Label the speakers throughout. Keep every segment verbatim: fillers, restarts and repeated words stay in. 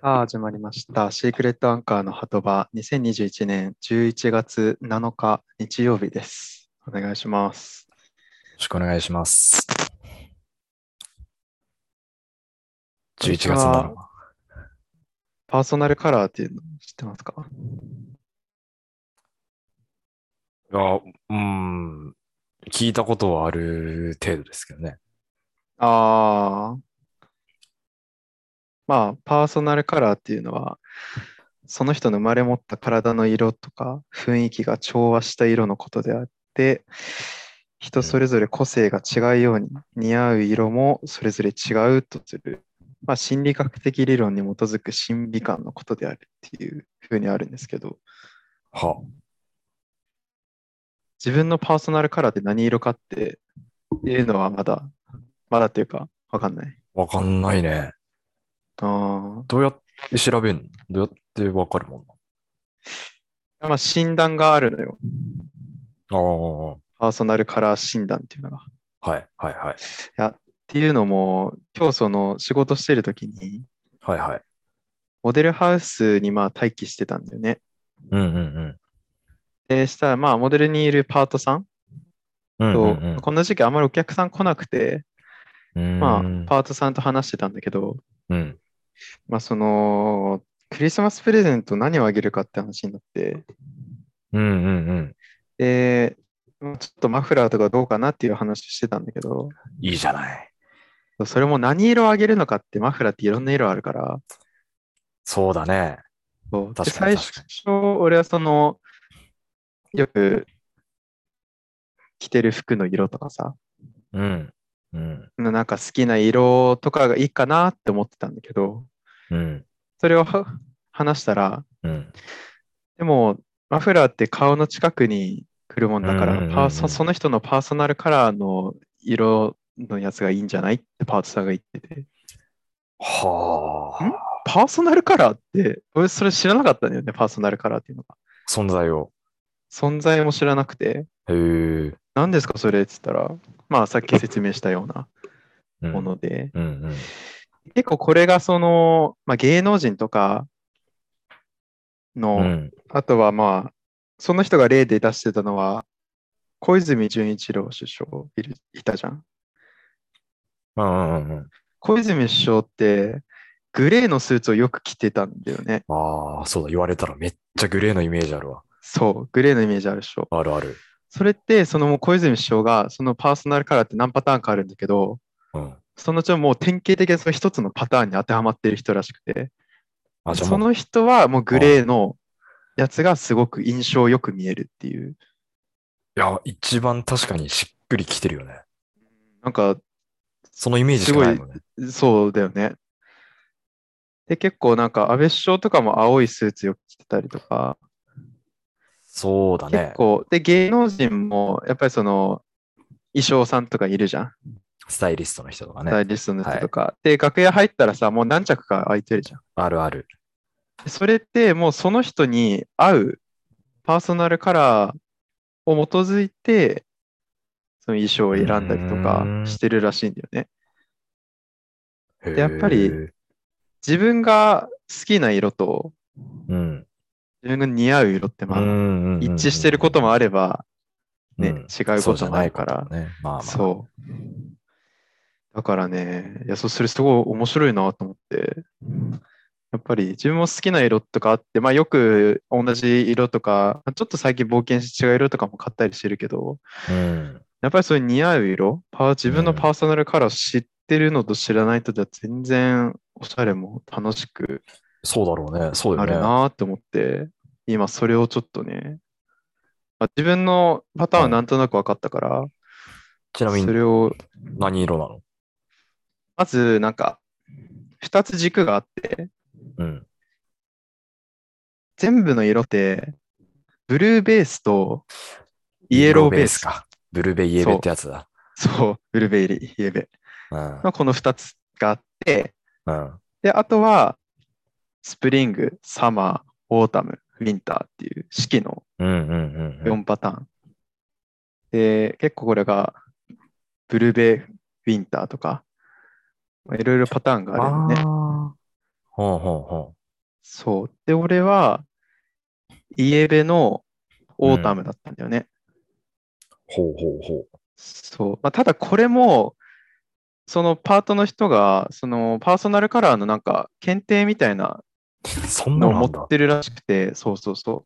Speaker 1: さあ、始まりました。シークレットアンカーの鳩場、にせんにじゅういちねんじゅういちがつなのか、日曜日です。お願いします。
Speaker 2: ろしくお願いします。11
Speaker 1: 最近は、
Speaker 2: 月なのか。
Speaker 1: パーソナルカラーっていうの知ってますか？
Speaker 2: いや、うーん、聞いたことはある程度ですけどね。
Speaker 1: ああー、まあ、パーソナルカラーっていうのは、その人の生まれ持った体の色とか雰囲気が調和した色のことであって、人
Speaker 2: うん。
Speaker 1: それぞれ個性が違うように似合う色もそれぞれ違うとする、まあ、心理学的理論に基づく審美観のことであるっていうふうにあるんですけど、
Speaker 2: は、
Speaker 1: 自分のパーソナルカラーって何色かっていうのはまだ、まだっていうかわかんない。
Speaker 2: わかんないね。
Speaker 1: あ
Speaker 2: どうやって調べんの？どうやってわかるもん
Speaker 1: あ、まあ診断があるのよ。
Speaker 2: なの？
Speaker 1: パーソナルカラー診断っていうのが。い
Speaker 2: ああ、はい、はい、はい。
Speaker 1: や、っていうのも、今日その仕事してる時に、
Speaker 2: はい、はい。
Speaker 1: モデルハウスにまあ待機してたんだよね。
Speaker 2: うん、うん、
Speaker 1: で、したらまあモデルにいるパートさん
Speaker 2: うん。うん、
Speaker 1: と、
Speaker 2: うん、
Speaker 1: こんな時期あんまりお客さん来なくて、
Speaker 2: うん。
Speaker 1: まあ
Speaker 2: うーん、
Speaker 1: パートさんと話してたんだけど、
Speaker 2: うん、
Speaker 1: まあその、クリスマスプレゼント何をあげるかって話になって、
Speaker 2: うん、うん、うん。
Speaker 1: で、まあちょっとマフラーとかどうかなっていう話してたんだけど、
Speaker 2: いいじゃない。
Speaker 1: それも何色をあげるのかってマフラーっていろんな色あるから、
Speaker 2: そうだね。
Speaker 1: そうで、
Speaker 2: 確かに、
Speaker 1: 最初、
Speaker 2: 確かに。
Speaker 1: 俺はその、よく着てる服の色とかさ、
Speaker 2: うん、うん、
Speaker 1: なんか好きな色とかがいいかなって思ってたんだけど、
Speaker 2: うん、
Speaker 1: それをは話したら、
Speaker 2: うん、
Speaker 1: でも、マフラーって顔の近くに来るもん
Speaker 2: うん、う
Speaker 1: だから、パー
Speaker 2: ん、う
Speaker 1: ソ、
Speaker 2: ん。
Speaker 1: その人のパーソナルカラーの色のやつがいいんじゃないってパートさんが言ってて、ん
Speaker 2: は
Speaker 1: パーソナルカラーって、俺それ知らなかったんだよね、パーソナルカラーっていうのが。
Speaker 2: あ、存在を。
Speaker 1: 存在も知らなくて、
Speaker 2: へえ、
Speaker 1: 何ですかそれって言ったら、まあさっき説明したようなも
Speaker 2: うん、
Speaker 1: ので、
Speaker 2: うん、うん。
Speaker 1: 結構これがその、まあ、芸能人とかの、
Speaker 2: うん。
Speaker 1: あとはまあ、その人が例で出してたのは、小泉純一郎首相いる、いたじゃん。
Speaker 2: うんうんうん。
Speaker 1: 小泉首相って、グレーのスーツをよく着てたんだよね。
Speaker 2: ああ、そうだ、言われたらめっちゃグレーのイメージあるわ。
Speaker 1: そう、グレーのイメージあるでしょ。
Speaker 2: あるある。
Speaker 1: それって、そのもう小泉首相が、そのパーソナルカラーって何パターンかあるんだけど、
Speaker 2: うん。
Speaker 1: そのうちのもう典型的なその一つのパターンに当てはまっている人らしくて、
Speaker 2: あ、じゃあもう、
Speaker 1: その人はもうグレ
Speaker 2: ああ。
Speaker 1: ーのやつがすごく印象よく見えるっていう。
Speaker 2: いや、一番確かにしっくりきてるよね。
Speaker 1: なんか、
Speaker 2: そのイメージし
Speaker 1: すごい、
Speaker 2: かないもんね。
Speaker 1: そうだよね。で、結構なんか安倍首相とかも青いスーツよく着てたりとか、
Speaker 2: そうだね。
Speaker 1: 結構、で、芸能人もやっぱりその衣装さんとかいるじゃん。
Speaker 2: スタイリストの人とか
Speaker 1: スタ
Speaker 2: ね。
Speaker 1: イリストの
Speaker 2: はい。
Speaker 1: 人とか。で、楽屋入ったらさ、もう何着か空いてるじゃん。
Speaker 2: あるある。
Speaker 1: でそれってもうその人に合うパーソナルカラーを基づいて、その衣装を
Speaker 2: うー
Speaker 1: 選んだりとかし
Speaker 2: ん。
Speaker 1: てるらしいんだよね。
Speaker 2: へ
Speaker 1: で、やっぱり
Speaker 2: え。
Speaker 1: 自分が好きな色と
Speaker 2: うん。
Speaker 1: 自分が似合う色って
Speaker 2: うんうんう
Speaker 1: まあ、一致してることもあ
Speaker 2: んうん
Speaker 1: れば、ね、
Speaker 2: うんうん。
Speaker 1: 違うこともあ
Speaker 2: そうじゃない
Speaker 1: るから、
Speaker 2: こともね。まあまあ。
Speaker 1: そう。だからね、いや、そうそれすごい面白いなと思って、やっぱり自分も好きな色とかあって、まあよく同じ色とか、ちょっと最近冒険して違う色とかも買ったりしてるけど、
Speaker 2: うん。
Speaker 1: やっぱりそういう似合う色、パー自分のパ
Speaker 2: うん。
Speaker 1: ーソナルカラーを知ってるのと知らないとじゃ全然おしゃれも楽しく
Speaker 2: そうだろうね。そう
Speaker 1: なる
Speaker 2: よね。
Speaker 1: なって思って、今それをちょっとね、まあ、自分のパターンはな
Speaker 2: うん。
Speaker 1: んとなく分かったから、
Speaker 2: ちなみに
Speaker 1: それを、
Speaker 2: 何色なの？
Speaker 1: まずなんか、二つ軸があって、
Speaker 2: うん。
Speaker 1: 全部の色って、ブルーベースとイエ
Speaker 2: イエロー
Speaker 1: ローベース。
Speaker 2: ベースか。ブルベイエベって
Speaker 1: そ
Speaker 2: やつだ。
Speaker 1: う、そう、ブルーベイリ、イエベ。
Speaker 2: うん。
Speaker 1: まあ、この二つがあって、
Speaker 2: うん。
Speaker 1: で、あとは、スプリング、サマー、オータム、ウィンターっていう四季の
Speaker 2: うんうんうんう
Speaker 1: よん
Speaker 2: ん。
Speaker 1: パターン。で、結構これが、ブルベ、ウィンターとか、まあいろいろパターンがあ
Speaker 2: あ
Speaker 1: るんだよね。
Speaker 2: あ。 ほうほうほ
Speaker 1: そう。で、俺は、イエベの
Speaker 2: う。う
Speaker 1: オータ
Speaker 2: ん。
Speaker 1: ムだったんだよね。
Speaker 2: ほうほうほ
Speaker 1: そう。まあ、ただこれも、そのパートの人が、そのパーソナルカラーのなんか検定みたいな
Speaker 2: う。そんな
Speaker 1: のを持っ
Speaker 2: のなんだ。
Speaker 1: てるらしくて、そうそうそう。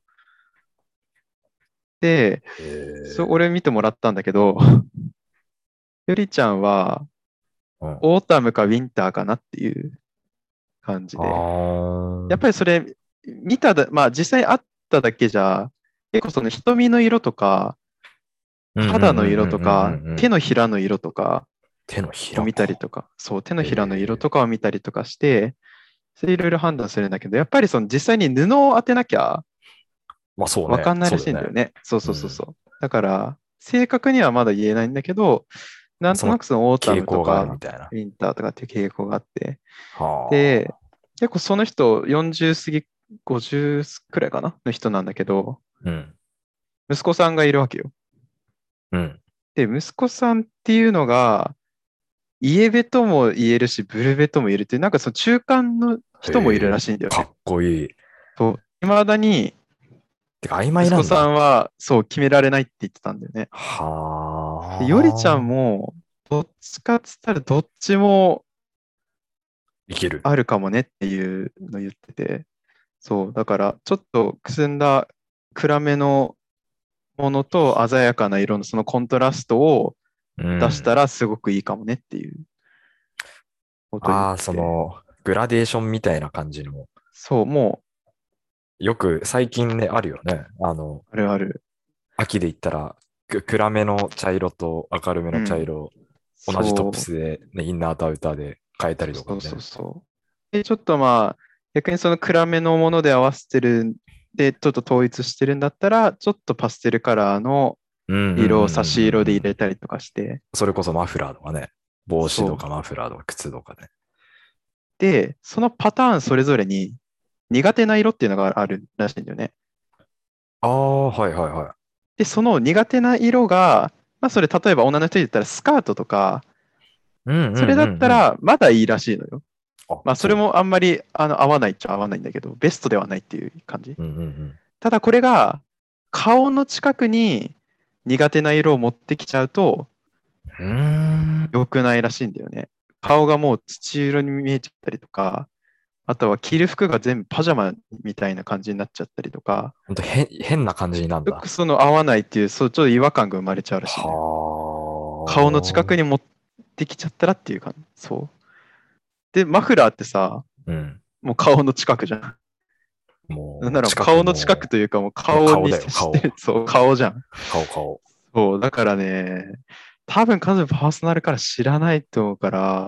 Speaker 1: で、
Speaker 2: へ
Speaker 1: それ
Speaker 2: え。
Speaker 1: 俺見てもらったんだけど、ゆりちゃんは
Speaker 2: うん。
Speaker 1: オータムかウィンターかなっていう感じ
Speaker 2: あ
Speaker 1: で。やっ
Speaker 2: ー。
Speaker 1: ぱりそれ見ただ、まあ実際会っただけじゃ、結構その瞳の色とか、
Speaker 2: うんうんうん
Speaker 1: 肌の色と
Speaker 2: うんう
Speaker 1: か、
Speaker 2: んうんうん。
Speaker 1: 手のひらの色とか
Speaker 2: 手の
Speaker 1: を見たり
Speaker 2: ひらか。
Speaker 1: とか、そう、手の
Speaker 2: へ
Speaker 1: ひらの色
Speaker 2: え。
Speaker 1: とかを見たりとかして、それいろいろ判断するんだけど、やっぱりその実際に布を当てなきゃ
Speaker 2: まあそうね。
Speaker 1: わかんないら
Speaker 2: そうだよね。
Speaker 1: しいんだよね。そう
Speaker 2: うん。
Speaker 1: そうそうそう。だから、正確にはまだ言えないんだけど、なん
Speaker 2: その
Speaker 1: となくそのオータムと
Speaker 2: 傾向があるみ
Speaker 1: か、
Speaker 2: たいな。
Speaker 1: ウィンターとかっていう傾向があって、で、
Speaker 2: はあ。
Speaker 1: 結構その人よんじゅう過ぎ、ごじゅうくらいかなの人なんだけど、
Speaker 2: うん。
Speaker 1: 息子さんがいるわけよ。
Speaker 2: うん。
Speaker 1: で、息子さんっていうのが、イエベとも言えるし、ブルベとも言えるっていう、なんかその中間の人もいる
Speaker 2: へえ。
Speaker 1: らしいんだよね。
Speaker 2: かっこいい。
Speaker 1: そう。未だに
Speaker 2: てか曖昧
Speaker 1: 息子さ
Speaker 2: なんだ。
Speaker 1: んは、そう、決められないって言ってたんだよね。で、よりちゃん
Speaker 2: はあ。
Speaker 1: も、どっちかっつったらどっちも
Speaker 2: いける。
Speaker 1: あるかもねっていうの言ってて、そう、だからちょっとくすんだ暗めのものと鮮やかな色のそのコントラストを
Speaker 2: う
Speaker 1: 出した
Speaker 2: ん。
Speaker 1: らすごくいいかもねっていうことを言っ
Speaker 2: ああ、
Speaker 1: てて、
Speaker 2: その、グラデーションみたいな感じの。
Speaker 1: そう、も
Speaker 2: よく最近ね、あるよね。あの、
Speaker 1: う、あるある。
Speaker 2: 秋で言ったら、く暗めの茶色と明るめの茶
Speaker 1: うん。
Speaker 2: 色、同じトップ
Speaker 1: そう、
Speaker 2: スで、ね、インナーとアウターで変えたりとか
Speaker 1: そうそう
Speaker 2: ね。
Speaker 1: そう。で、ちょっとまあ、逆にその暗めのもので合わせてる、で、ちょっと統一してるんだったら、ちょっとパステルカラーの
Speaker 2: うんうんうんうん
Speaker 1: 色を差し色で
Speaker 2: うん。
Speaker 1: 入れたりとかして、
Speaker 2: それこそマフラーとかね。帽子と
Speaker 1: そう。
Speaker 2: かマフラーとか靴とかね。
Speaker 1: で、そのパターンそれぞれに苦手な色っていうのがあるらしいんだよね。
Speaker 2: ああ、はいはいは
Speaker 1: で、その苦手な色が、まあそれ例えば女の人で言ったらスカートとか、
Speaker 2: い。うんうん
Speaker 1: それだった
Speaker 2: うんうん。
Speaker 1: らまだいいらしいのよ。
Speaker 2: あ、
Speaker 1: まあそれ
Speaker 2: そ
Speaker 1: もあんまりあの合わないっちゃ合わないんだけど、ベストではないっていう感じ。
Speaker 2: う。うんうんうん。
Speaker 1: ただこれが顔の近くに苦手な色を持ってきちゃうと
Speaker 2: うーん。
Speaker 1: 良くないらしいんだよね。顔がもう土色に見えちゃったりとか、あとは着る服が全部パジャマみたいな感じになっちゃったりとか、
Speaker 2: ほんと変、変な感じになんだ。
Speaker 1: よくその合わないっていう、そう、ちょっと違和感が生まれちゃうらしいのよ。顔の近くに
Speaker 2: は
Speaker 1: 持ってきちゃったらっていう感じ。そう。で、マフラーってさ、
Speaker 2: あ。うん。
Speaker 1: もう顔の近くじゃん。なん
Speaker 2: もう、
Speaker 1: なら
Speaker 2: 近く
Speaker 1: 顔の近く
Speaker 2: も
Speaker 1: というかもう
Speaker 2: う、もう
Speaker 1: 顔に
Speaker 2: 顔だよ、
Speaker 1: 接してる、
Speaker 2: 顔。
Speaker 1: そう、顔じゃん。
Speaker 2: 顔、顔。
Speaker 1: そう、だからね、多分彼女パーソナルから知らないと思うから、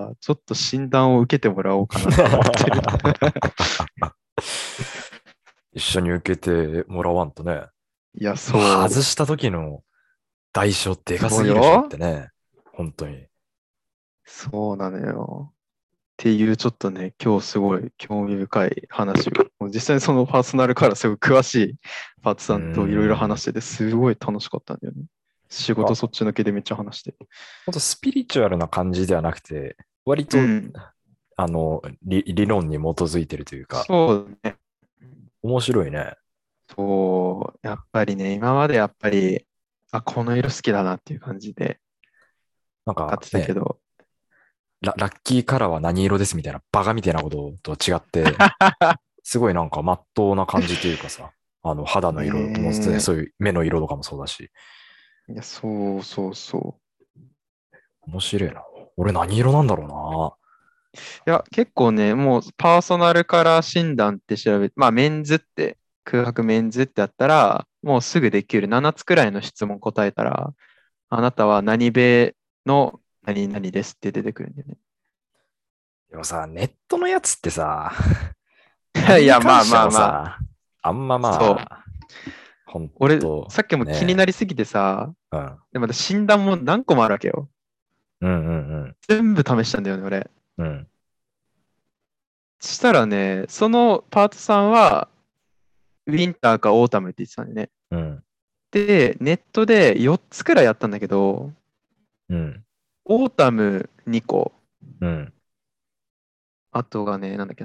Speaker 1: ちょっと診断を受けてもらおうかなって思ってる。
Speaker 2: 一緒に受けてもらわんとね。
Speaker 1: いや、
Speaker 2: もう外
Speaker 1: そう、
Speaker 2: した時の代償でか
Speaker 1: そ
Speaker 2: すぎるでしょっ
Speaker 1: うよ。
Speaker 2: てね。本当に。
Speaker 1: そうなのよ。っていうちょっとね、今日すごい興味深い話を、もう実際にそのパーソナルからすごい詳しいパーツ
Speaker 2: うー
Speaker 1: さんといろいろ話し
Speaker 2: ん。
Speaker 1: てて、すごい楽しかったんだよね。仕事
Speaker 2: あ、
Speaker 1: そっちのけでめっちゃ話して。
Speaker 2: 本当スピリチュアルな感じではなくて、割と、
Speaker 1: うん。
Speaker 2: あの、理、理論に基づいてるというか、
Speaker 1: そうね。
Speaker 2: 面白いね。
Speaker 1: そう、やっぱりね、今までやっぱり、あ、この色好きだなっていう感じで
Speaker 2: なん
Speaker 1: 買ってたけ
Speaker 2: かね、
Speaker 1: ど、
Speaker 2: ラ、ラッキーカラーは何色ですみたいなバカみたいなこととは違って、すごいなんか真っ当な感じというかさ、あの肌の色も、ね、
Speaker 1: ね
Speaker 2: そういう目の色とかもそうだし、
Speaker 1: え。いや、そうそうそう。
Speaker 2: 面白いな。俺何色なんだろ
Speaker 1: いや、結構ね、もうパーソナルカラー診断って調べて、まあメンズって、空白メンズってやったら、もうすぐできるななつくらいの質問答えたら、あなたは何米の何々ですって出てくるんだよね。
Speaker 2: う。でもさ、ネットのやつってさ、何
Speaker 1: いや、まあ
Speaker 2: に関して
Speaker 1: まあまあ、
Speaker 2: もさ、あんま
Speaker 1: そう。
Speaker 2: まあ、ほん
Speaker 1: 俺、
Speaker 2: と、
Speaker 1: さっきも気にな
Speaker 2: ね
Speaker 1: りすぎてさ、
Speaker 2: え、うん、
Speaker 1: で、また診断も何個もあるわけよ。
Speaker 2: うんうん
Speaker 1: 全部試したんだよね、俺。
Speaker 2: うん、うん、
Speaker 1: したらね、そのパートさんは、ウィンターかオータムって言ってたんだよね。
Speaker 2: うん、
Speaker 1: で、ネットでよっつくらいやったんだけど、
Speaker 2: うん、
Speaker 1: オータムにこ、
Speaker 2: うん。
Speaker 1: あとがね、なんだっけな。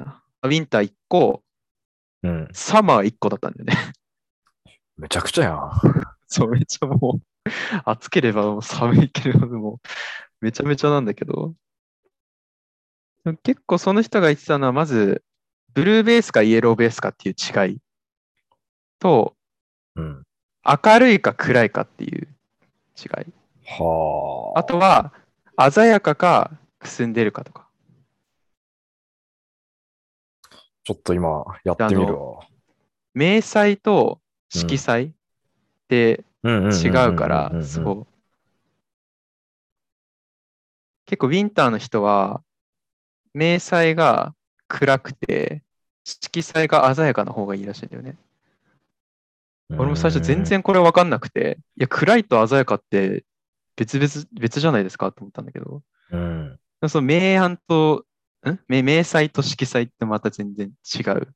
Speaker 1: ウィンターいっこ、
Speaker 2: うん。
Speaker 1: サマーいっこだったんだよね。
Speaker 2: めちゃくちゃやん。
Speaker 1: そう、めっちゃもう、暑ければもう寒いければもう、めちゃめちゃなんだけど、でも結構その人が言ってたのは、まず、ブルーベースかイエローベースかっていう違いと、
Speaker 2: うん。
Speaker 1: 明るいか暗いかっていう違い。
Speaker 2: は
Speaker 1: あとは、鮮やかかくすんでるかとか。
Speaker 2: あ。ちょっと今やっ
Speaker 1: であの、
Speaker 2: てみるわ。
Speaker 1: 明細と色
Speaker 2: うん。
Speaker 1: 彩って
Speaker 2: うんうん
Speaker 1: 違
Speaker 2: うんうん
Speaker 1: うから、
Speaker 2: うんうんうん。
Speaker 1: そう。結構ウィンターの人は、明細が暗くて、色彩が鮮やかな方がいいらしいんだよね。
Speaker 2: う
Speaker 1: 俺も最初全
Speaker 2: ーん。
Speaker 1: 然これ分かんなくて、いや、暗いと鮮やかって別々、別じゃないですかと思ったんだけど、
Speaker 2: うん。
Speaker 1: その明暗と、ん明明細と色彩ってまた全然違う。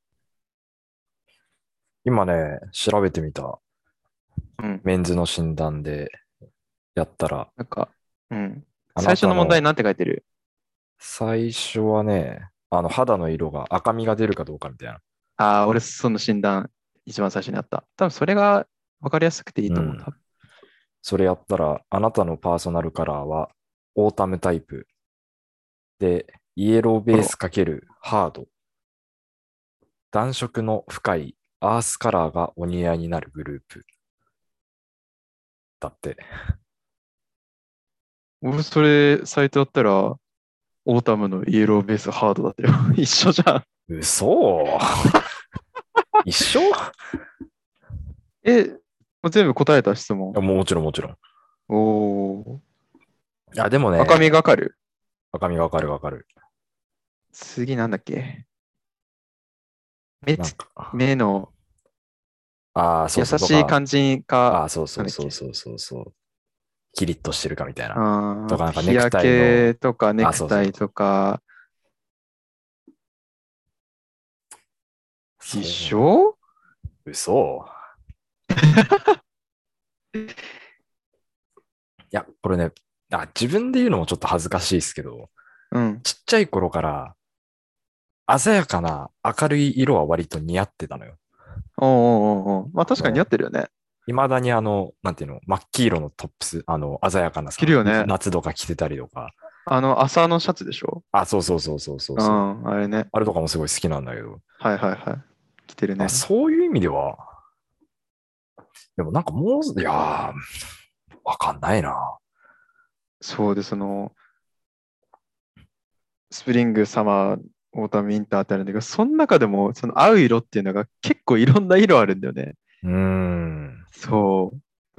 Speaker 2: 今ね、調べてみた。
Speaker 1: うん。
Speaker 2: メンズの診断でやったら、
Speaker 1: なんか、うん。
Speaker 2: あ
Speaker 1: 最
Speaker 2: なたの
Speaker 1: 初の問題なんて書いてる？
Speaker 2: 最初はね、あの肌の色が赤みが出るかどうかみたいな。
Speaker 1: ああ、俺その診断一番最初にあった。多分それが分かりやすくていいと思う。
Speaker 2: うん。
Speaker 1: 多分
Speaker 2: それやったら、あなたのパーソナルカラーはオータムタイプで、イエローベース
Speaker 1: あ
Speaker 2: ×ハード。暖色の深いアースカラーがお似合いになるグループ。だって。
Speaker 1: 俺それサイトだったら、オータムのイエローベースハードだったよ。一緒じゃん。
Speaker 2: 嘘一緒い
Speaker 1: え、もう全部答えた質問？
Speaker 2: やもうもちろんもちろん。
Speaker 1: おー。
Speaker 2: いや、でも
Speaker 1: 赤み
Speaker 2: ね、
Speaker 1: がかる？
Speaker 2: 赤みがわかるわかる。
Speaker 1: 次なんだっけ？目つ、
Speaker 2: なんか、
Speaker 1: 目の
Speaker 2: ああ、そう
Speaker 1: 優
Speaker 2: そう、とか、
Speaker 1: しい感じか、
Speaker 2: ああ、そうそう
Speaker 1: なんだっけ？
Speaker 2: そうそうそうそう。キリッとしてるかみたいな。と
Speaker 1: あー
Speaker 2: か、なんかネク
Speaker 1: 日焼
Speaker 2: タイの、
Speaker 1: けとかネ
Speaker 2: あ、そうそう。
Speaker 1: クタイとか、一
Speaker 2: そう。
Speaker 1: 緒？
Speaker 2: 嘘いや、これね、あ、自分で言うのもちょっと恥ずかしいですけど、
Speaker 1: うん。
Speaker 2: ちっちゃい頃から鮮やかな明るい色は割と似合ってたのよ。
Speaker 1: おうおうおうおう。まあ確かに似合
Speaker 2: あの、
Speaker 1: ってるよね。
Speaker 2: 未だにあの、なんていうの、真っ黄色のトップス、あの、鮮やかなさ、
Speaker 1: 着るよね。
Speaker 2: 夏とか着てたりとか。
Speaker 1: あの、朝のシャツでしょ？
Speaker 2: あ、そうそうそうそうそう
Speaker 1: う
Speaker 2: そう。
Speaker 1: ん、あれね。
Speaker 2: あれとかもすごい好きなんだけど。
Speaker 1: はいはいはい。着てる
Speaker 2: あ、
Speaker 1: ね。
Speaker 2: そういう意味では、でもなんかもう、いやー、わかんないな。
Speaker 1: そうで、その、スプリング、サマー、オータム、ウィンターってあるんだけど、その中でも、その合う色っていうのが結構いろんな色あるんだよね。
Speaker 2: うーん。
Speaker 1: そう。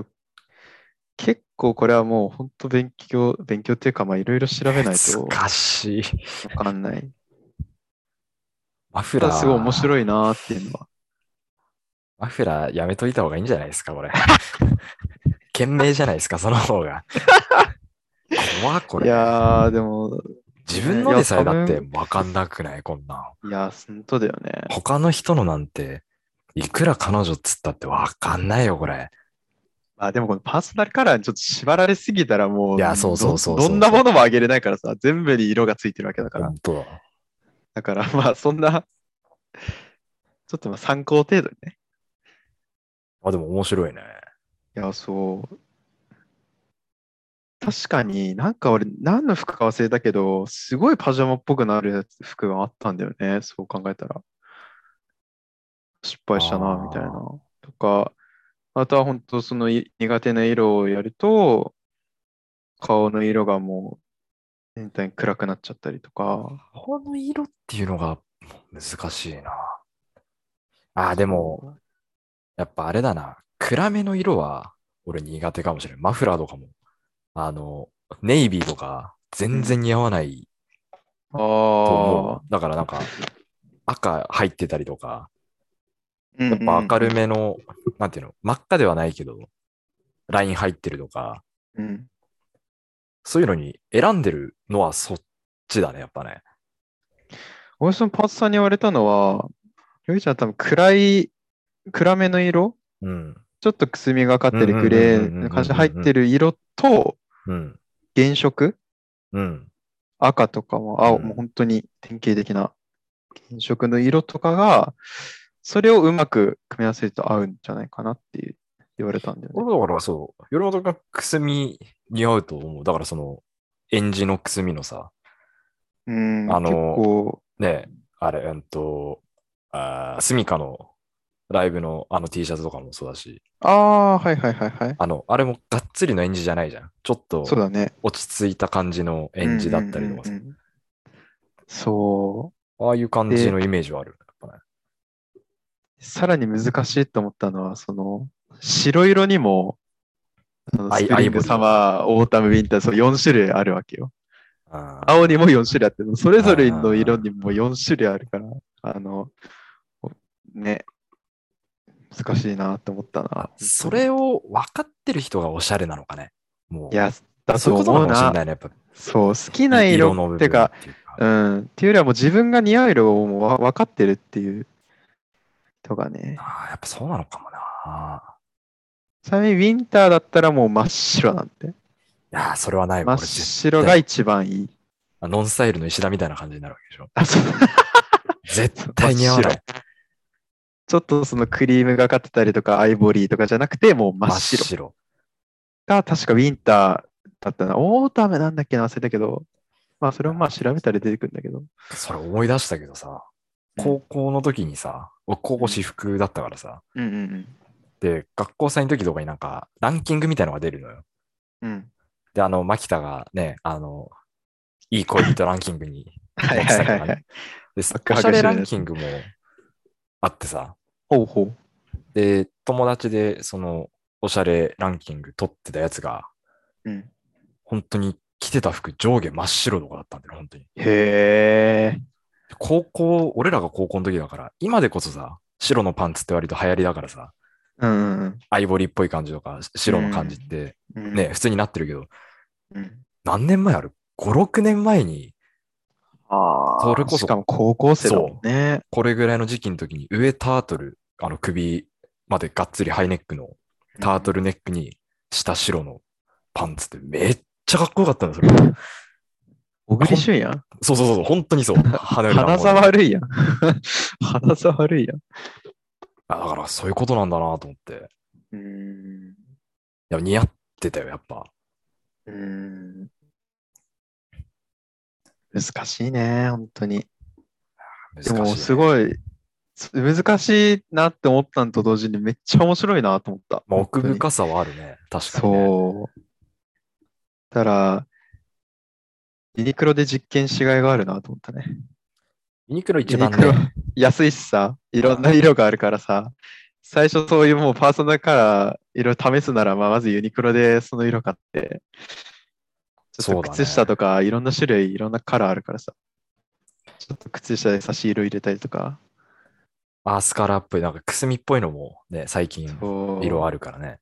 Speaker 1: 結構これはもう本当勉強、勉強っていうか、まあいろいろ調べないと
Speaker 2: 難しい。
Speaker 1: わかんない。
Speaker 2: マフ
Speaker 1: ただすごい面
Speaker 2: ラー、
Speaker 1: 白いなっていうのは。
Speaker 2: マフラーやめといた方がいいんじゃないですか、これ。賢明じゃないですか、その方が。怖っこ
Speaker 1: い
Speaker 2: れ。
Speaker 1: やー、でも、
Speaker 2: 自分
Speaker 1: ね、いや、
Speaker 2: のでさえだって
Speaker 1: 多分、
Speaker 2: わかんなくない、こんなん。
Speaker 1: いや、本当だよね。
Speaker 2: 他の人のなんて、いくら彼女っつったってわかんないよ、これ。
Speaker 1: まあでもこのパーソナルカラーにちょっと縛られすぎたらもう
Speaker 2: いや、そうそう
Speaker 1: ど、
Speaker 2: そう
Speaker 1: どん
Speaker 2: そうそう。
Speaker 1: なものもあげれないからさ、全部に色がついてるわけだから。
Speaker 2: 本当だ。
Speaker 1: だからまあそんな、ちょっとまあ参考程度にね。
Speaker 2: あ、でも面白いね。
Speaker 1: いや、そう。確かになんか俺何の服か忘れたけど、すごいパジャマっぽくなるやつ服があったんだよね。そう考えたら。失敗したな、みたいな。
Speaker 2: あ
Speaker 1: とか、あとは本当そのい苦手な色をやると、顔の色がもう全体に暗くなっちゃったりとか。
Speaker 2: あ。この色っていうのが難しいな。ああ、でも、
Speaker 1: そ
Speaker 2: やっぱあれだな。暗めの色は俺苦手かもしれない。マフラーとかも。あの、ネイビーとか
Speaker 1: う。う
Speaker 2: 全然
Speaker 1: ん。
Speaker 2: 似合わないと思う
Speaker 1: ああ。
Speaker 2: わ。だからなんか赤入ってたりとか、
Speaker 1: うんう
Speaker 2: やっぱ明る
Speaker 1: ん
Speaker 2: めの、なんていうの、真っ赤ではないけど、ライン入ってるとか、
Speaker 1: うん。うん。
Speaker 2: そういうのに選んでるのはそっちだね、やっぱね。
Speaker 1: 俺そのパーツさんに言われたのは、ヨイちゃん多分暗い、暗めの色
Speaker 2: うん。
Speaker 1: ちょっとくすみがかっ
Speaker 2: うんうん
Speaker 1: てるグ
Speaker 2: うんう
Speaker 1: レーな
Speaker 2: んうんう
Speaker 1: 感じで入っ
Speaker 2: んうん
Speaker 1: てる色と
Speaker 2: うん。
Speaker 1: 原色
Speaker 2: うん。
Speaker 1: 赤とかも青、もう
Speaker 2: うん。
Speaker 1: 本当に典型的な。 原色の色とかが、それをうまく組み合わせると合うんじゃないかなっていう言われたんだよね。
Speaker 2: 俺だからそう、頼本がくすみ似合うと思う。だからその、エンジのくすみのさ、
Speaker 1: うん、結
Speaker 2: あの、
Speaker 1: 構、
Speaker 2: ね、あれ、うんと、あースミカのライブのあの T シャツとかもそうだし、
Speaker 1: ああ、はいはいはいはい。
Speaker 2: あの、あれもがっつりの演じじゃないじゃん。ちょっと
Speaker 1: そうだね。
Speaker 2: 落ち着いた感じの
Speaker 1: うんうん
Speaker 2: 演じだったりとかさ。
Speaker 1: うんうん。そ
Speaker 2: ああいう
Speaker 1: う。で、
Speaker 2: 感じのイメージはある。やっぱね。
Speaker 1: さらに難しいと思ったのは、その、白色にも、あの
Speaker 2: アイ、
Speaker 1: スプリング、
Speaker 2: アイボリー
Speaker 1: サ
Speaker 2: とか。
Speaker 1: マー、オータム、ウィンター、そうよん種類あるわけよ。青に
Speaker 2: あ
Speaker 1: もよん種類あって、それぞれの色
Speaker 2: あ、
Speaker 1: にもよん種類あるから、あの、ね、難しいなと思ったな、本当に。
Speaker 2: それを分かってる人がおしゃれなのかね。も
Speaker 1: いや、
Speaker 2: う、
Speaker 1: だと
Speaker 2: そういうことなの
Speaker 1: 思うな。
Speaker 2: かもしれないね。やっぱ、
Speaker 1: そう、好きな
Speaker 2: い
Speaker 1: 色っ
Speaker 2: 色の部分っ
Speaker 1: てか、
Speaker 2: ていうか。
Speaker 1: うん、っていうよりはもう自分が似合う色をもうわ分かってるっていう人がね。
Speaker 2: ああ、やっぱそうなのかもな。
Speaker 1: ちなみにウィンターだったらもう真っ白なんで。
Speaker 2: いやー、それはないわ。
Speaker 1: 真っ
Speaker 2: 俺絶対。
Speaker 1: 白が一番いい。
Speaker 2: あノンスタイルの石田みたいな感じになるわけでしょ。
Speaker 1: あ、そう。
Speaker 2: 絶
Speaker 1: そう真っ白。
Speaker 2: 対似合わない。
Speaker 1: ちょっとそのクリームがかってたりとか、アイボリーとかじゃなくて、もう真っ
Speaker 2: 真っ
Speaker 1: 白。
Speaker 2: 白。
Speaker 1: が確かウィンターだったな。オータムなんだっけな、忘れたけど。まあ、それもまあ調べたら出てくるんだけど。
Speaker 2: それ思い出したけどさ、
Speaker 1: うん。
Speaker 2: 高校の時にさ、僕高校
Speaker 1: うん。
Speaker 2: 私服だったからさ、
Speaker 1: うんうん
Speaker 2: で、学校祭の時とかになんかランキングみたいのが出るのよ。
Speaker 1: うん。うん。
Speaker 2: で、あの、牧田がね、あの、いい恋人ランキングに
Speaker 1: はい
Speaker 2: 載ってたりとかね。
Speaker 1: はいはいはい。
Speaker 2: で、
Speaker 1: バックハ
Speaker 2: おしゃれラン
Speaker 1: グしてるやつ。
Speaker 2: キングもあってさ、
Speaker 1: ほうほう。
Speaker 2: で、友達でそのおしゃれランキング取ってたやつが、
Speaker 1: うん。
Speaker 2: 本当に着てた服上下真っ白とかだったんだよ、本当に。
Speaker 1: へえ。
Speaker 2: 高校、俺らが高校の時だから、今でこそさ、白のパンツって割と流行りだからさ、
Speaker 1: うんうん
Speaker 2: アイボリーっぽい感じとか、
Speaker 1: う
Speaker 2: 白の感じっ
Speaker 1: ん。
Speaker 2: て、ね、
Speaker 1: うん。
Speaker 2: 普通になってるけど、
Speaker 1: うん。
Speaker 2: 何年前ある？ ご、ろくねんまえに、それ
Speaker 1: ああ、
Speaker 2: こそ、
Speaker 1: しかも高校生だもん
Speaker 2: そう、
Speaker 1: ね。
Speaker 2: これぐらいの時期の時に、上タートル、あの首までがっつりハイネックのタートルネックに下白のパンツってめっちゃかっこよかったんだ、それが。
Speaker 1: 小栗
Speaker 2: ほん、
Speaker 1: 旬やん。
Speaker 2: そうそうそう、本当にそう。花より団
Speaker 1: 鼻
Speaker 2: 子の。
Speaker 1: 沢悪いやん。鼻沢悪いやん。
Speaker 2: あだからそういうことなんだなと思って。
Speaker 1: うーん。
Speaker 2: いや、似合ってたよ、やっぱ。
Speaker 1: うーん。難しいね、本当に。でも、
Speaker 2: 難しいね。
Speaker 1: すごい、つ難しいなって思ったのと同時にめっちゃ面白いなと思った。
Speaker 2: まあ、奥
Speaker 1: 本当に。
Speaker 2: 深さはあるね。確かにね。
Speaker 1: そう。たら、ユニクロで実験しがいがあるなと思ったね。
Speaker 2: ユニクロ一
Speaker 1: ユニクロ、
Speaker 2: 番ね、
Speaker 1: 安いしさ、いろんな
Speaker 2: あ
Speaker 1: 色があるからさ、最初そういうもうパーソナルカラー色々試すなら、まあ、まずユニクロでその色買って、ちょっと
Speaker 2: そうだ
Speaker 1: 靴下
Speaker 2: ね。
Speaker 1: とかいろんな種類、いろんなカラーあるからさ、ちょっと靴下で差し色入れたりとか、
Speaker 2: アースカラーっぽい、なんかくすみっぽいのもね、最近色あ
Speaker 1: そう、
Speaker 2: るからね。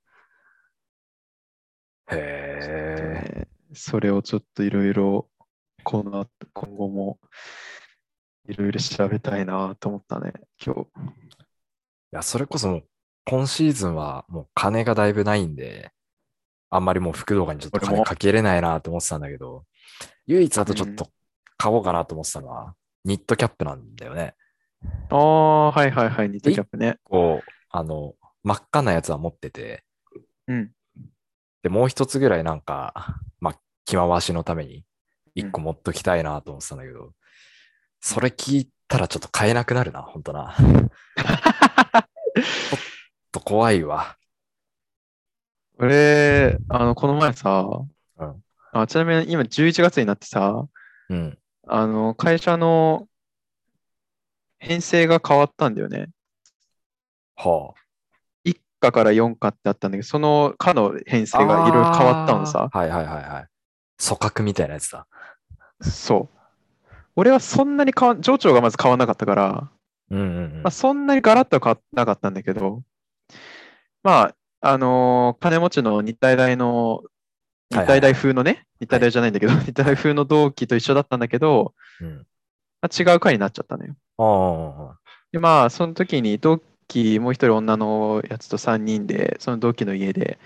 Speaker 2: へ
Speaker 1: と
Speaker 2: え。
Speaker 1: ね、それをちょっといろいろ、この後、今後もいろいろ調べたいなと思ったね、今日。
Speaker 2: いや、それこそもう、今シーズンはもう金がだいぶないんで、あんまりもう服動画にちょっと
Speaker 1: 俺も。
Speaker 2: 金かけれないなと思ってたんだけど、唯一あ
Speaker 1: うん。
Speaker 2: とちょっと買おうかなと思ってたのは、ニットキャップなんだよね。
Speaker 1: ああ、はいはいはい、ニッ
Speaker 2: で、一
Speaker 1: トキャップね。
Speaker 2: 個、あの、真っ赤なやつは持ってて、
Speaker 1: うん。
Speaker 2: で、もう一つぐらいなんか、まあ、着回しのために一
Speaker 1: うん。
Speaker 2: 個持っときたいなと思ってたんだけど、
Speaker 1: うん。
Speaker 2: それ聞いたらちょっと買えなくなるな、ほんとな。ちょっと怖いわ。
Speaker 1: 俺、あの、この前さ、
Speaker 2: うん。
Speaker 1: あ、ちなみに今じゅういちがつになってさ、
Speaker 2: うん。
Speaker 1: あの、会社の編成が変わったんだよね。
Speaker 2: は
Speaker 1: 一課から四課ってあったんだけど、その課の編成がいろいろ変わったのさ。
Speaker 2: あ。ああ。はいはいはいはい。組閣みたいなやつだ。
Speaker 1: そう。俺はそんなに変わ、上長がまず変わんなかったから、
Speaker 2: うんうんう
Speaker 1: まあ、
Speaker 2: ん。
Speaker 1: そんなにガラッとは変わらなかったんだけど、まあ、あのー金持ちの日体大の、日体大
Speaker 2: はいはいはい。
Speaker 1: 風のね、日体
Speaker 2: はい。
Speaker 1: 大じゃないんだけど、日体
Speaker 2: はい。
Speaker 1: 大風の同期と一緒だったんだけど、
Speaker 2: うん。
Speaker 1: まあ、違う課になっちゃったのよ。
Speaker 2: ああ。
Speaker 1: で、まあ、その時に同期、もう一人女のやつとさんにんで、その同期の家で、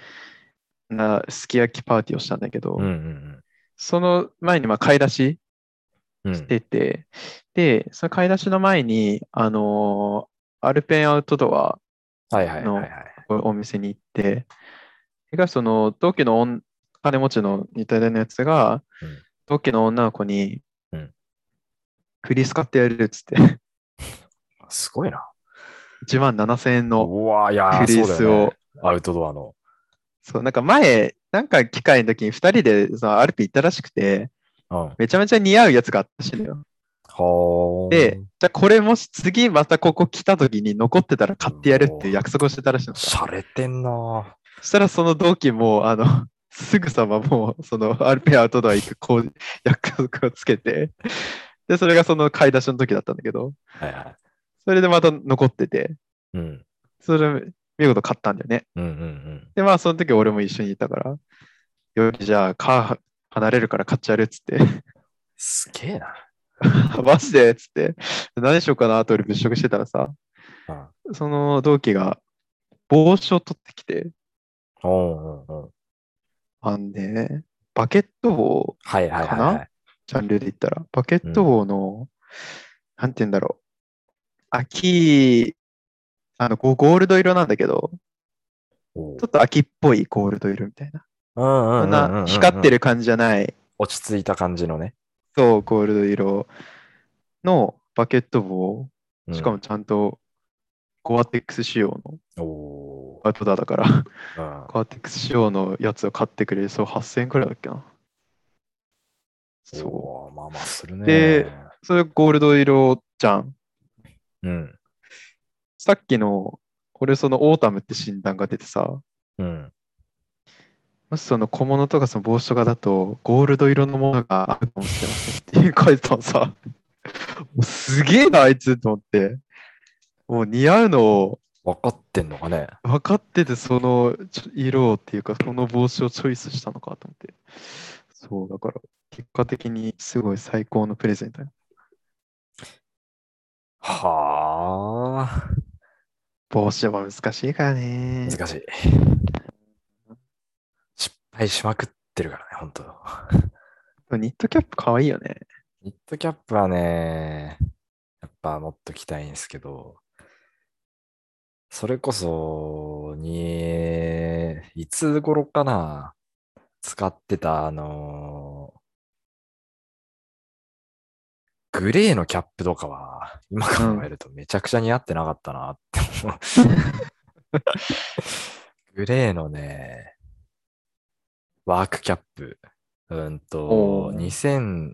Speaker 1: な、すき焼きパーティーをしたんだけ
Speaker 2: うんう
Speaker 1: ど、
Speaker 2: ん
Speaker 1: その前に、まあ、買い出し
Speaker 2: うん。
Speaker 1: してて、で、その買い出しの前に、あのーアルペンアウトドア
Speaker 2: はいはいはい
Speaker 1: の
Speaker 2: はい。
Speaker 1: おお店に行って、それがその同期の女金持ちの似たようなやつが、
Speaker 2: うん。
Speaker 1: 同期の女の子に
Speaker 2: うん。
Speaker 1: フリース買ってやるっつって、
Speaker 2: すごいな。
Speaker 1: いちまんななせんえんの
Speaker 2: うわー、いやー、
Speaker 1: フリー
Speaker 2: そうだよね。
Speaker 1: スを、
Speaker 2: アウトドアの。
Speaker 1: そう、なんか前、なんか機会の時にふたりでそのアルピ行ったらしくて、
Speaker 2: うん。
Speaker 1: めちゃめちゃ似合うやつがあったらしいのよ。で、
Speaker 2: は
Speaker 1: じゃあこれもし次またここ来た時に残ってたら
Speaker 2: ー。
Speaker 1: 買ってやるっていう
Speaker 2: うおー、
Speaker 1: 約束をしてたらしいのさ。
Speaker 2: 洒落てんな
Speaker 1: そしたらその同期も、あの、すぐさまもう、そのアルペンアウトドア行くこう約束をつけて、で、それがその買い出しの時だったんだけど、
Speaker 2: ー。はいはい。
Speaker 1: それでまた残ってて、
Speaker 2: うん。
Speaker 1: それ見事買ったんだよね。
Speaker 2: うんうんうん。
Speaker 1: で、まあその時俺も一緒にいたから、よりじゃあ、カー離れるから買っちゃうっつって、
Speaker 2: すげえな。
Speaker 1: マジでっつって、何しようかなと俺物色してたらさ、
Speaker 2: うん。
Speaker 1: その同期が帽子を取ってきて、
Speaker 2: おーおーおー。
Speaker 1: あんで、バケット帽
Speaker 2: はいはい
Speaker 1: かな
Speaker 2: はいはい。
Speaker 1: ジャンルで言ったら。バケット
Speaker 2: うん。
Speaker 1: 帽の、なんて言うんだろう。秋、あの、ゴゴールド色なんだけど、
Speaker 2: おー。
Speaker 1: ちょっと秋っぽいゴールド色みたいな。
Speaker 2: うんうんうん
Speaker 1: そんな
Speaker 2: うんうんうん。
Speaker 1: 光ってる感じじゃない、
Speaker 2: 落ち着いた感じのね。
Speaker 1: そう、ゴールド色のバケット帽、
Speaker 2: うん。
Speaker 1: しかもちゃんとゴアテックス仕様の
Speaker 2: お
Speaker 1: アウトドアだから、
Speaker 2: ー。うん。
Speaker 1: ゴアテックス仕様のやつを買ってくれる、そう、はっせんえんくらいだっけな。そう。
Speaker 2: おー、まあまあする
Speaker 1: で、
Speaker 2: ね。
Speaker 1: それゴールド色じゃん。
Speaker 2: うん。
Speaker 1: さっきの、俺そのオータムって診断が出てさ、
Speaker 2: うん。
Speaker 1: もしその小物とかその帽子とかだと、ゴールド色のものがあるかもしれませんっていう書いてたのさ、もうすげえな、あいつと思って、もう似合うのを
Speaker 2: 分かってんのかね。
Speaker 1: 分かってて、そのちょ色っていうか、その帽子をチョイスしたのかと思って。そう、だから、結果的にすごい最高のプレゼントだよ。
Speaker 2: はあ。
Speaker 1: 帽子は難しいからね。
Speaker 2: 難しい。失敗しまくってるからね、本当。
Speaker 1: ニットキャップかわいいよね。
Speaker 2: ニットキャップはね、やっぱ持っときたいんですけど、それこそ、に、いつ頃かな、使ってた、あのーグレーのキャップとかは、今
Speaker 1: うん。
Speaker 2: 考えるとめちゃくちゃ似合ってなかったなって思う。グレーのね、ワークキャップ。うんと、
Speaker 1: おー。
Speaker 2: にせん、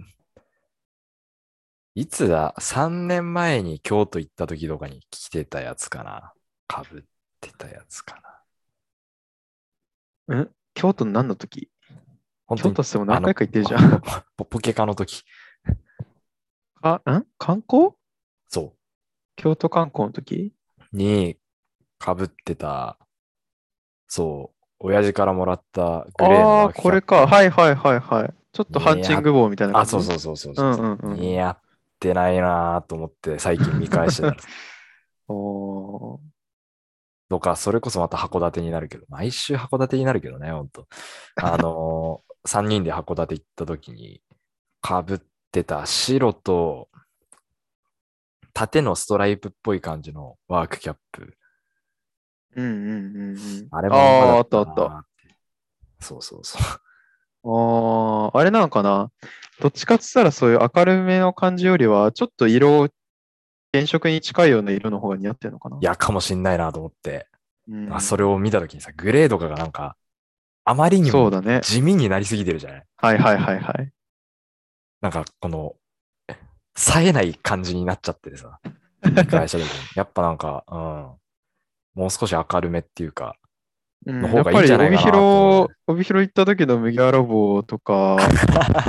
Speaker 2: いつだ？ さん 年前に京都行った時とかに着てたやつかな。かぶってたやつかな。
Speaker 1: ん京都の何の時？
Speaker 2: 本当に、
Speaker 1: 京都っつっても何
Speaker 2: あの、
Speaker 1: 回か行ってるじゃ
Speaker 2: ポ、
Speaker 1: ん。
Speaker 2: ポポケカの時。
Speaker 1: あ、ん観光
Speaker 2: そ
Speaker 1: 京都観光の時？
Speaker 2: う。にかぶってた、そう、親父からもらったグレーの
Speaker 1: ああー、
Speaker 2: ワークキ
Speaker 1: これか。
Speaker 2: ャップ
Speaker 1: はいはいはいはい。ちょっとハンチン
Speaker 2: にあ、
Speaker 1: グ帽みたいな
Speaker 2: あ、
Speaker 1: 感じ？
Speaker 2: そうそうそうそう
Speaker 1: うん
Speaker 2: そうそう。
Speaker 1: うんうん。
Speaker 2: 似合ってないなと思って最近見返してたら。
Speaker 1: おー。
Speaker 2: とか、それこそまた函館になるけど、毎週函館になるけどね、ほんと。あのー、さんにんで函館行った時に、かぶってた白と縦のストライプっぽい感じのワークキャップ。
Speaker 1: うんうんうんうん。
Speaker 2: あれ
Speaker 1: ああ、あ
Speaker 2: もまだだった
Speaker 1: ったあった。
Speaker 2: なー。そうそうそう。
Speaker 1: ああ、あれなのかな。どっちかって言ったらそういう明るめの感じよりは、ちょっと色、原色に近いような色の方が似合ってるのかな。
Speaker 2: いや、かもしんないなと思って。
Speaker 1: うん。
Speaker 2: あそれを見た時にさ、グレーとかがなんか、あまりにも
Speaker 1: そうだね。
Speaker 2: 地味になりすぎてるじゃない？
Speaker 1: はいはいはいはい。
Speaker 2: なんか、この、冴えない感じになっちゃっててさ、見返した時に。やっぱなんか、うん、もう少し明るめっていうか、
Speaker 1: うん、や
Speaker 2: の方
Speaker 1: っぱり帯
Speaker 2: がいいんじゃないかなって思うね。
Speaker 1: 広、帯広行った時の麦わら帽とか、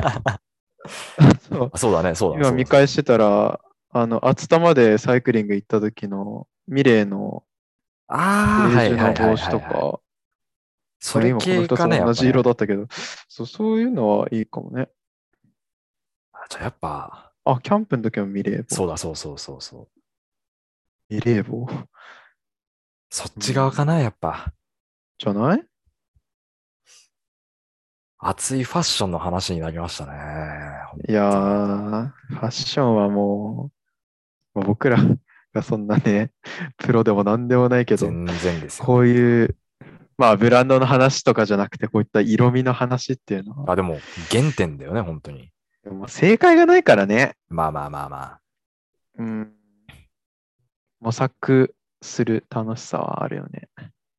Speaker 1: そう、
Speaker 2: あそうだね、そうだ、
Speaker 1: 今
Speaker 2: そうだ、そうだ。
Speaker 1: 見返してたら、あの、厚田までサイクリング行った時のミレーの
Speaker 2: ああ、
Speaker 1: ベージュ
Speaker 2: はいはいはい
Speaker 1: の帽子
Speaker 2: はいはい。
Speaker 1: とか、
Speaker 2: それ
Speaker 1: あれ今この
Speaker 2: 系かね、
Speaker 1: 二つ同じ
Speaker 2: やっぱね。
Speaker 1: 色だったけど、そう、そういうのはいいかもね。
Speaker 2: あじゃあやっぱ、
Speaker 1: あ、キャンプの時もミレー帽
Speaker 2: そうだ、
Speaker 1: か。
Speaker 2: そうそうそうそう。
Speaker 1: ミレー帽。
Speaker 2: そっ
Speaker 1: う
Speaker 2: ち側かな、
Speaker 1: ん。
Speaker 2: やっぱ。
Speaker 1: じゃない？
Speaker 2: 熱いファッションの話になりましたね。本
Speaker 1: いや
Speaker 2: 当に。
Speaker 1: ー、ファッションはもう、まあ僕らがそんなね、プロでもなんでもないけど、
Speaker 2: 全然ですよ、
Speaker 1: こう
Speaker 2: 本当。
Speaker 1: いう、まあブランドの話とかじゃなくて、こういった色味の話っていうのは、
Speaker 2: あ、でも、原点だよね、本当に。
Speaker 1: でも正解がないからね、
Speaker 2: まあまあまあまあ。
Speaker 1: うん、模索する楽しさはあるよね。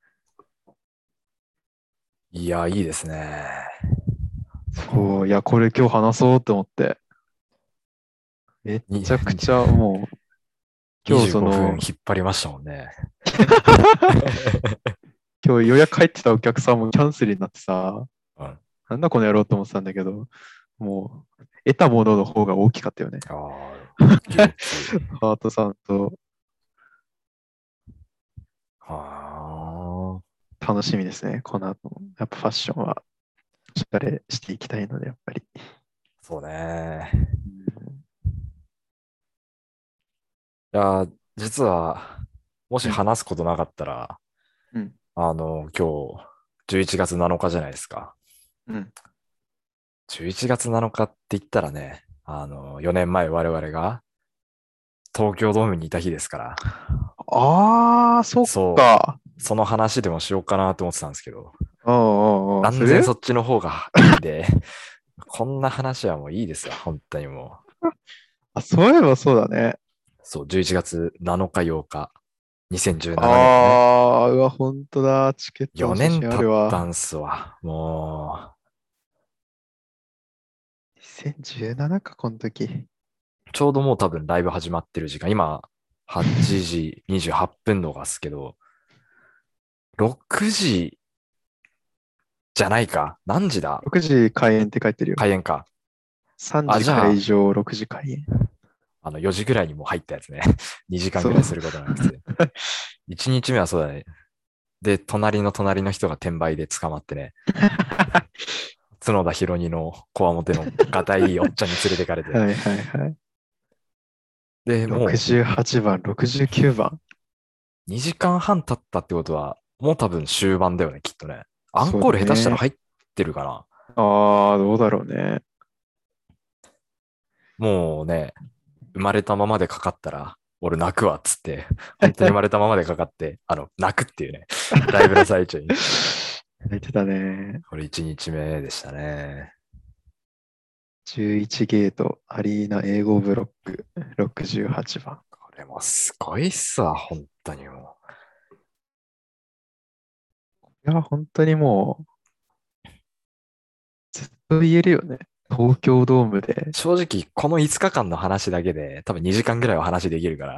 Speaker 2: いや、いいですね。
Speaker 1: そう、いや、これ今日話そうと思って、めっ
Speaker 2: に
Speaker 1: ちゃくちゃもう、今日
Speaker 2: 25分
Speaker 1: その、
Speaker 2: 引っ張りましたもんね。
Speaker 1: 今日予約入ってたお客さんもキャンセルになってさ、
Speaker 2: うん。
Speaker 1: なんだこの野郎と思ってたんだけど、もう、得たものの方が大きかったよね。
Speaker 2: ああ、ウキウキ。
Speaker 1: ハートさんと
Speaker 2: はあ、
Speaker 1: 楽しみですね、この後も。やっぱファッションはおしゃれしていきたいので、やっぱり。
Speaker 2: そうね。
Speaker 1: うん
Speaker 2: いや、実は、もし
Speaker 1: うん。
Speaker 2: 話すことなかったら、
Speaker 1: うん。
Speaker 2: あの、今日、じゅういちがつなのかじゃないですか。
Speaker 1: うん。
Speaker 2: じゅういちがつなのかって言ったらね、あの、よねんまえ我々が東京ドームにいた日ですから、
Speaker 1: ああ、そっ
Speaker 2: そ
Speaker 1: か。
Speaker 2: う、その話でもしようかなと思ってたんですけど、
Speaker 1: ああ、ああ、す
Speaker 2: 断然そ
Speaker 1: る
Speaker 2: っちの方がいいんで、こんな話はもういいですよ、本当にも
Speaker 1: あ、そういえばそうだね。
Speaker 2: う。そう、じゅういちがつなのかようか、にせんじゅうななねんのね、
Speaker 1: ああ、うわ、本当だ。チケットの
Speaker 2: 4
Speaker 1: 写真あ
Speaker 2: 年経った
Speaker 1: るわ。
Speaker 2: んすわ。も
Speaker 1: にせんじゅうななか、この時。
Speaker 2: う、ちょうどもう多分ライブ始まってる時間、今、はちじにじゅうはっぷんとかですけど、ろくじじゃないか。何時だ？
Speaker 1: ろくじ開演って書いてるよ。
Speaker 2: 開演か。
Speaker 1: 3
Speaker 2: あ、
Speaker 1: 時
Speaker 2: じゃあ、
Speaker 1: 会場、ろくじ開演。
Speaker 2: あの、よじぐらいにもう入ったやつね。にじかん
Speaker 1: そう。
Speaker 2: ぐらいすることなくて。いちにちめはそうだね。で、隣の隣の人が転売で捕まってね、角田博二のこわもてのガタイいいおっちゃんに連れてかれて。
Speaker 1: はいはいはい。
Speaker 2: で、も
Speaker 1: ろくじゅうはちばん、ろくじゅうきゅうばん。
Speaker 2: うにじかんはん経ったってことは、もう多分終盤だよね、きっとね。アン
Speaker 1: そう
Speaker 2: コール下手したら
Speaker 1: だね。
Speaker 2: 入ってるかな。
Speaker 1: ああ、どうだろうね。
Speaker 2: もうね、生まれたままでかかったら、俺泣くわっつって、本当に生まれたままでかかって、あの、泣くっていうね、ライブの最中に。
Speaker 1: 泣いてたね。
Speaker 2: これいちにちめでしたね。
Speaker 1: じゅういちゲート、アリーナ英語ブロック、ろくじゅうはちばん。
Speaker 2: これもすごいっすわ、本当にも
Speaker 1: いや、本当にもう、ずっと言えるよね。東京ドームで。
Speaker 2: う。正直、このいつかかんの話だけで、多分にじかんぐらいは話できるから、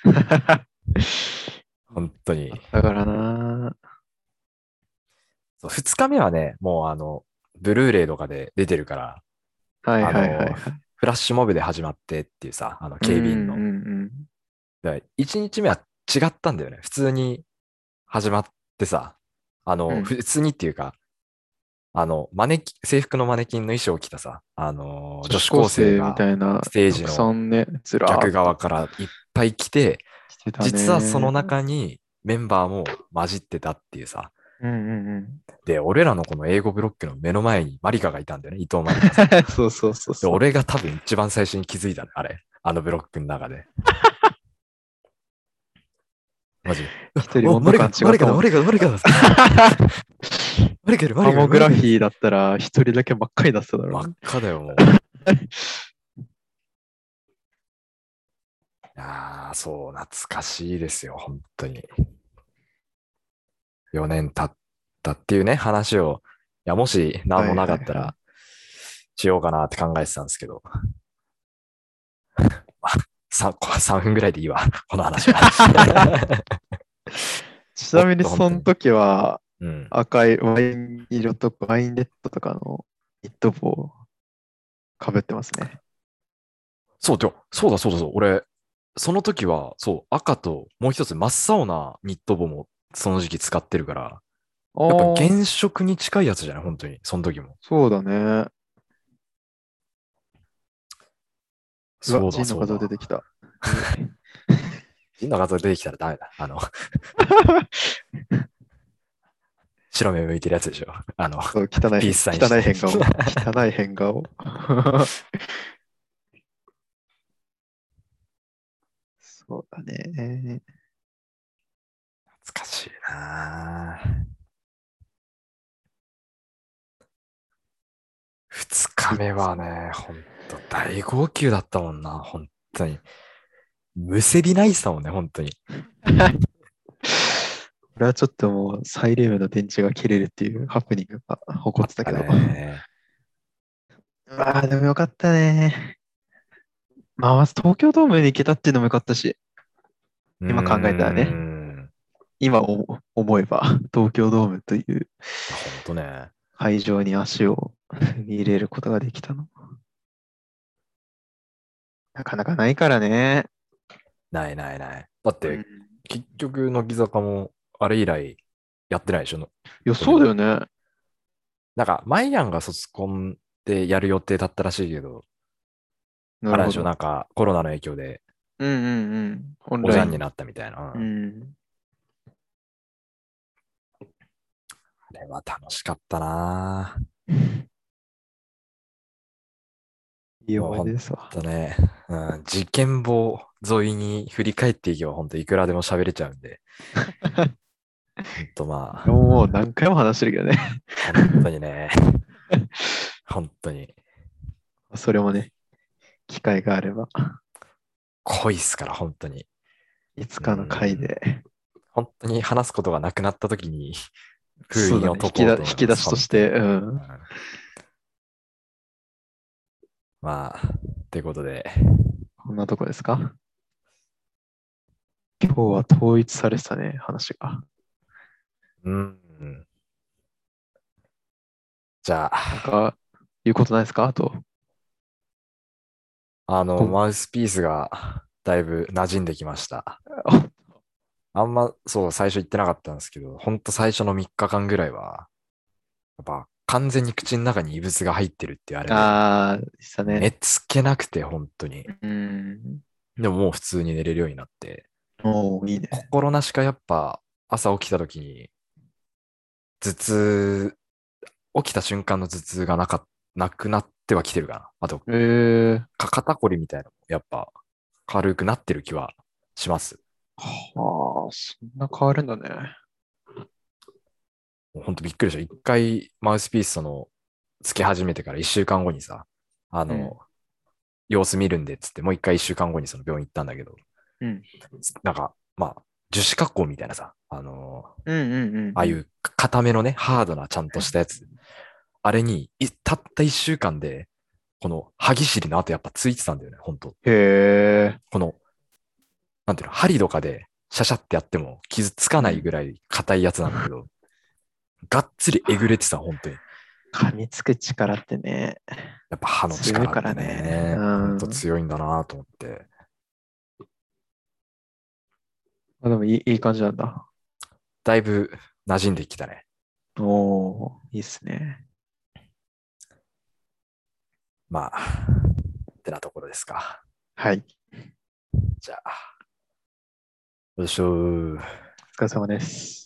Speaker 2: 本当に。
Speaker 1: だからな。
Speaker 2: そうふつかめはね、もうあの、ブルーレイとかで出てるから、
Speaker 1: はいはいはい
Speaker 2: あの、
Speaker 1: はい。
Speaker 2: フラッシュモブで始まってっていうさ、あの、
Speaker 1: うんう
Speaker 2: 警備員の。
Speaker 1: ん
Speaker 2: だいちにちめは違ったんだよね。普通に始まってさ、あの、
Speaker 1: うん。うん。
Speaker 2: 普通にっていうか、あの、マネキン、制服のマネキンの衣装を着たさ、あの、
Speaker 1: 女子
Speaker 2: 女子高生
Speaker 1: 高生み
Speaker 2: が
Speaker 1: たいな、
Speaker 2: ステー
Speaker 1: たくさ
Speaker 2: ジの
Speaker 1: んね、ずらー
Speaker 2: 逆
Speaker 1: っと
Speaker 2: 側からいっぱい来て、
Speaker 1: 来てた
Speaker 2: 実はその
Speaker 1: ね。
Speaker 2: 中にメンバーも混じってたっていうさ。
Speaker 1: うんうんうん。
Speaker 2: で、俺らのこの英語ブロックの目の前にマリカがいたんだよね。伊藤マリカさん。
Speaker 1: そうそうそう
Speaker 2: で、
Speaker 1: そう。
Speaker 2: 俺が多分一番最初に気づいたね、あれ。あのブロックの中で。マジ。お、
Speaker 1: 一人温度
Speaker 2: マリカだ、マリカだ、
Speaker 1: 感違ったもんね。
Speaker 2: マリカだ、マリカだ。マリカいる、マリカいる、マ
Speaker 1: サーモグラ
Speaker 2: リカいる。
Speaker 1: フィーだったら一人だけ真っ赤になってただろ
Speaker 2: 真っ
Speaker 1: うね。
Speaker 2: 赤だよ、もう。いやー、そう、懐かしいですよ、本当に。よねん経ったっていうね、話を、いや、もし何もな
Speaker 1: はいはいはい。
Speaker 2: かったら、しようかなって考えてたんですけど、さん、さんぷんぐらいでいいわ、この話は。
Speaker 1: ち
Speaker 2: もっ
Speaker 1: なみにそ
Speaker 2: と本当に。
Speaker 1: の時は
Speaker 2: うん。
Speaker 1: 赤いワイン色とかワインレッドとかのニット帽をかぶってますね。
Speaker 2: そうだ、そうだ、そうだ、そう。俺、その時は、そう、赤ともう一つ真っ青なニット帽もその時期使ってるから、
Speaker 1: あ
Speaker 2: やっぱ
Speaker 1: あ、
Speaker 2: 原色に近いやつじゃない本当に、その時も。
Speaker 1: そうだね。うわ、
Speaker 2: そうだ、
Speaker 1: ジンの画像出
Speaker 2: そうだ。
Speaker 1: てきた。
Speaker 2: ジンの画像出てきたらダメだ。あの、 白目向いてるやつでしょ。あの、
Speaker 1: そう汚い
Speaker 2: ピー
Speaker 1: 変、
Speaker 2: スサインして。
Speaker 1: 汚い変顔。汚い変顔。そうだね。
Speaker 2: 懐かしいなぁ。二日目はね、ほんと大号泣だったもんな、本当に。むせびないっすもんね、本当に。
Speaker 1: これはちょっともうサイリウムの電池が切れるっていうハプニングが起こ
Speaker 2: あった
Speaker 1: ってたけど。
Speaker 2: ね。
Speaker 1: ああ、でもよかったね。まあ、まず東京ドームに行けたっていうのもよかったし、
Speaker 2: うー
Speaker 1: 今考えたらね、
Speaker 2: ん。
Speaker 1: 今お思えば東京ドームという
Speaker 2: ほんとね。
Speaker 1: 会場に足を踏み入れることができたの。なかなかないからね。
Speaker 2: ないないない。だっ
Speaker 1: うん。
Speaker 2: て、結局、乃木坂も、あれ以来、やってないでしょ、の
Speaker 1: いや、
Speaker 2: 東京ドーム。
Speaker 1: そうだよね。
Speaker 2: なんか、マイアンが卒コンでやる予定だったらしいけど、あれなんでしょ、
Speaker 1: なるほど。
Speaker 2: なんか、コロナの影響で、
Speaker 1: うんうんうん。オンライン。
Speaker 2: おじゃんになったみたいな。う
Speaker 1: う
Speaker 2: ん、
Speaker 1: ん。
Speaker 2: あれは楽しかったなぁ。
Speaker 1: いい思い
Speaker 2: もうほん
Speaker 1: 出ですわ。
Speaker 2: とね、うん、事件簿沿いに振り返っていけば、ほんといくらでも喋れちゃうんで、ほんとまあ、
Speaker 1: もう何回も話してるけどね。
Speaker 2: 本当にね、本当に
Speaker 1: それもね、機会があれば、
Speaker 2: 濃いっすから、本当に。う
Speaker 1: いつかの回
Speaker 2: ん、
Speaker 1: で、
Speaker 2: 本当に話すことがなくなった時に封
Speaker 1: そうだね、引
Speaker 2: 印を解こう
Speaker 1: きだ、引き出
Speaker 2: と思います、
Speaker 1: しとして、
Speaker 2: 本当に。
Speaker 1: うん。
Speaker 2: うん、まあ、ということで、
Speaker 1: こんなとこですか？今日は統一されてたね、話が。
Speaker 2: うん、じゃあ、
Speaker 1: なんか、言うことないですか？あと、
Speaker 2: あの、
Speaker 1: こ
Speaker 2: マウスピースがだいぶ馴染んできました。
Speaker 1: あ
Speaker 2: あんま、そう、最初言ってなかったんですけど、本当最初のみっかかんぐらいは、やっぱ完全に口の中に異物が入ってるっていうあれで、
Speaker 1: あー、でしたね。
Speaker 2: 寝つけなくて、本当に。
Speaker 1: うん。
Speaker 2: でももう普通に寝れるようになって、
Speaker 1: おー、いいね。
Speaker 2: 心なしかやっぱ朝起きた時に頭痛、起きた瞬間の頭痛がなか、なくなってはきてるかな。あと、
Speaker 1: えー、
Speaker 2: か肩こりみたいなのもやっぱ軽くなってる気はします。
Speaker 1: はあ、そんな変わるんだね。
Speaker 2: もうほんとびっくりした。一回マウスピースその、つけ始めてから一週間後にさ、あ
Speaker 1: うん。
Speaker 2: の、様子見るんでっつって、もう一回一週間後にその病院行ったんだけど、
Speaker 1: うん。
Speaker 2: なんか、まあ、樹脂加工みたいなさ、あの
Speaker 1: うんうんうんうん。
Speaker 2: ああいう固めのね、ハードなちゃんとしたやつ。あれに、いたった一週間で、この歯ぎしりの跡やっぱついてたんだよね、本当
Speaker 1: へえ。
Speaker 2: この、なんていうの、針とかでシャシャってやっても傷つか
Speaker 1: うん。
Speaker 2: ないぐらい硬いやつなんだけど、がっつりえぐれてた、本当に。
Speaker 1: 噛みつく力ってね、
Speaker 2: やっぱ歯の
Speaker 1: 強いから
Speaker 2: 力って
Speaker 1: ね。う
Speaker 2: ね、本当
Speaker 1: ん。
Speaker 2: 強いんだなと思って。
Speaker 1: あ、でもいい、いい感じなんだ。
Speaker 2: だいぶ馴染んできたね。
Speaker 1: おー、いいっすね。
Speaker 2: まあ、ってなところですか。
Speaker 1: はい。
Speaker 2: じゃあ、よいしょー。
Speaker 1: お疲れ様です。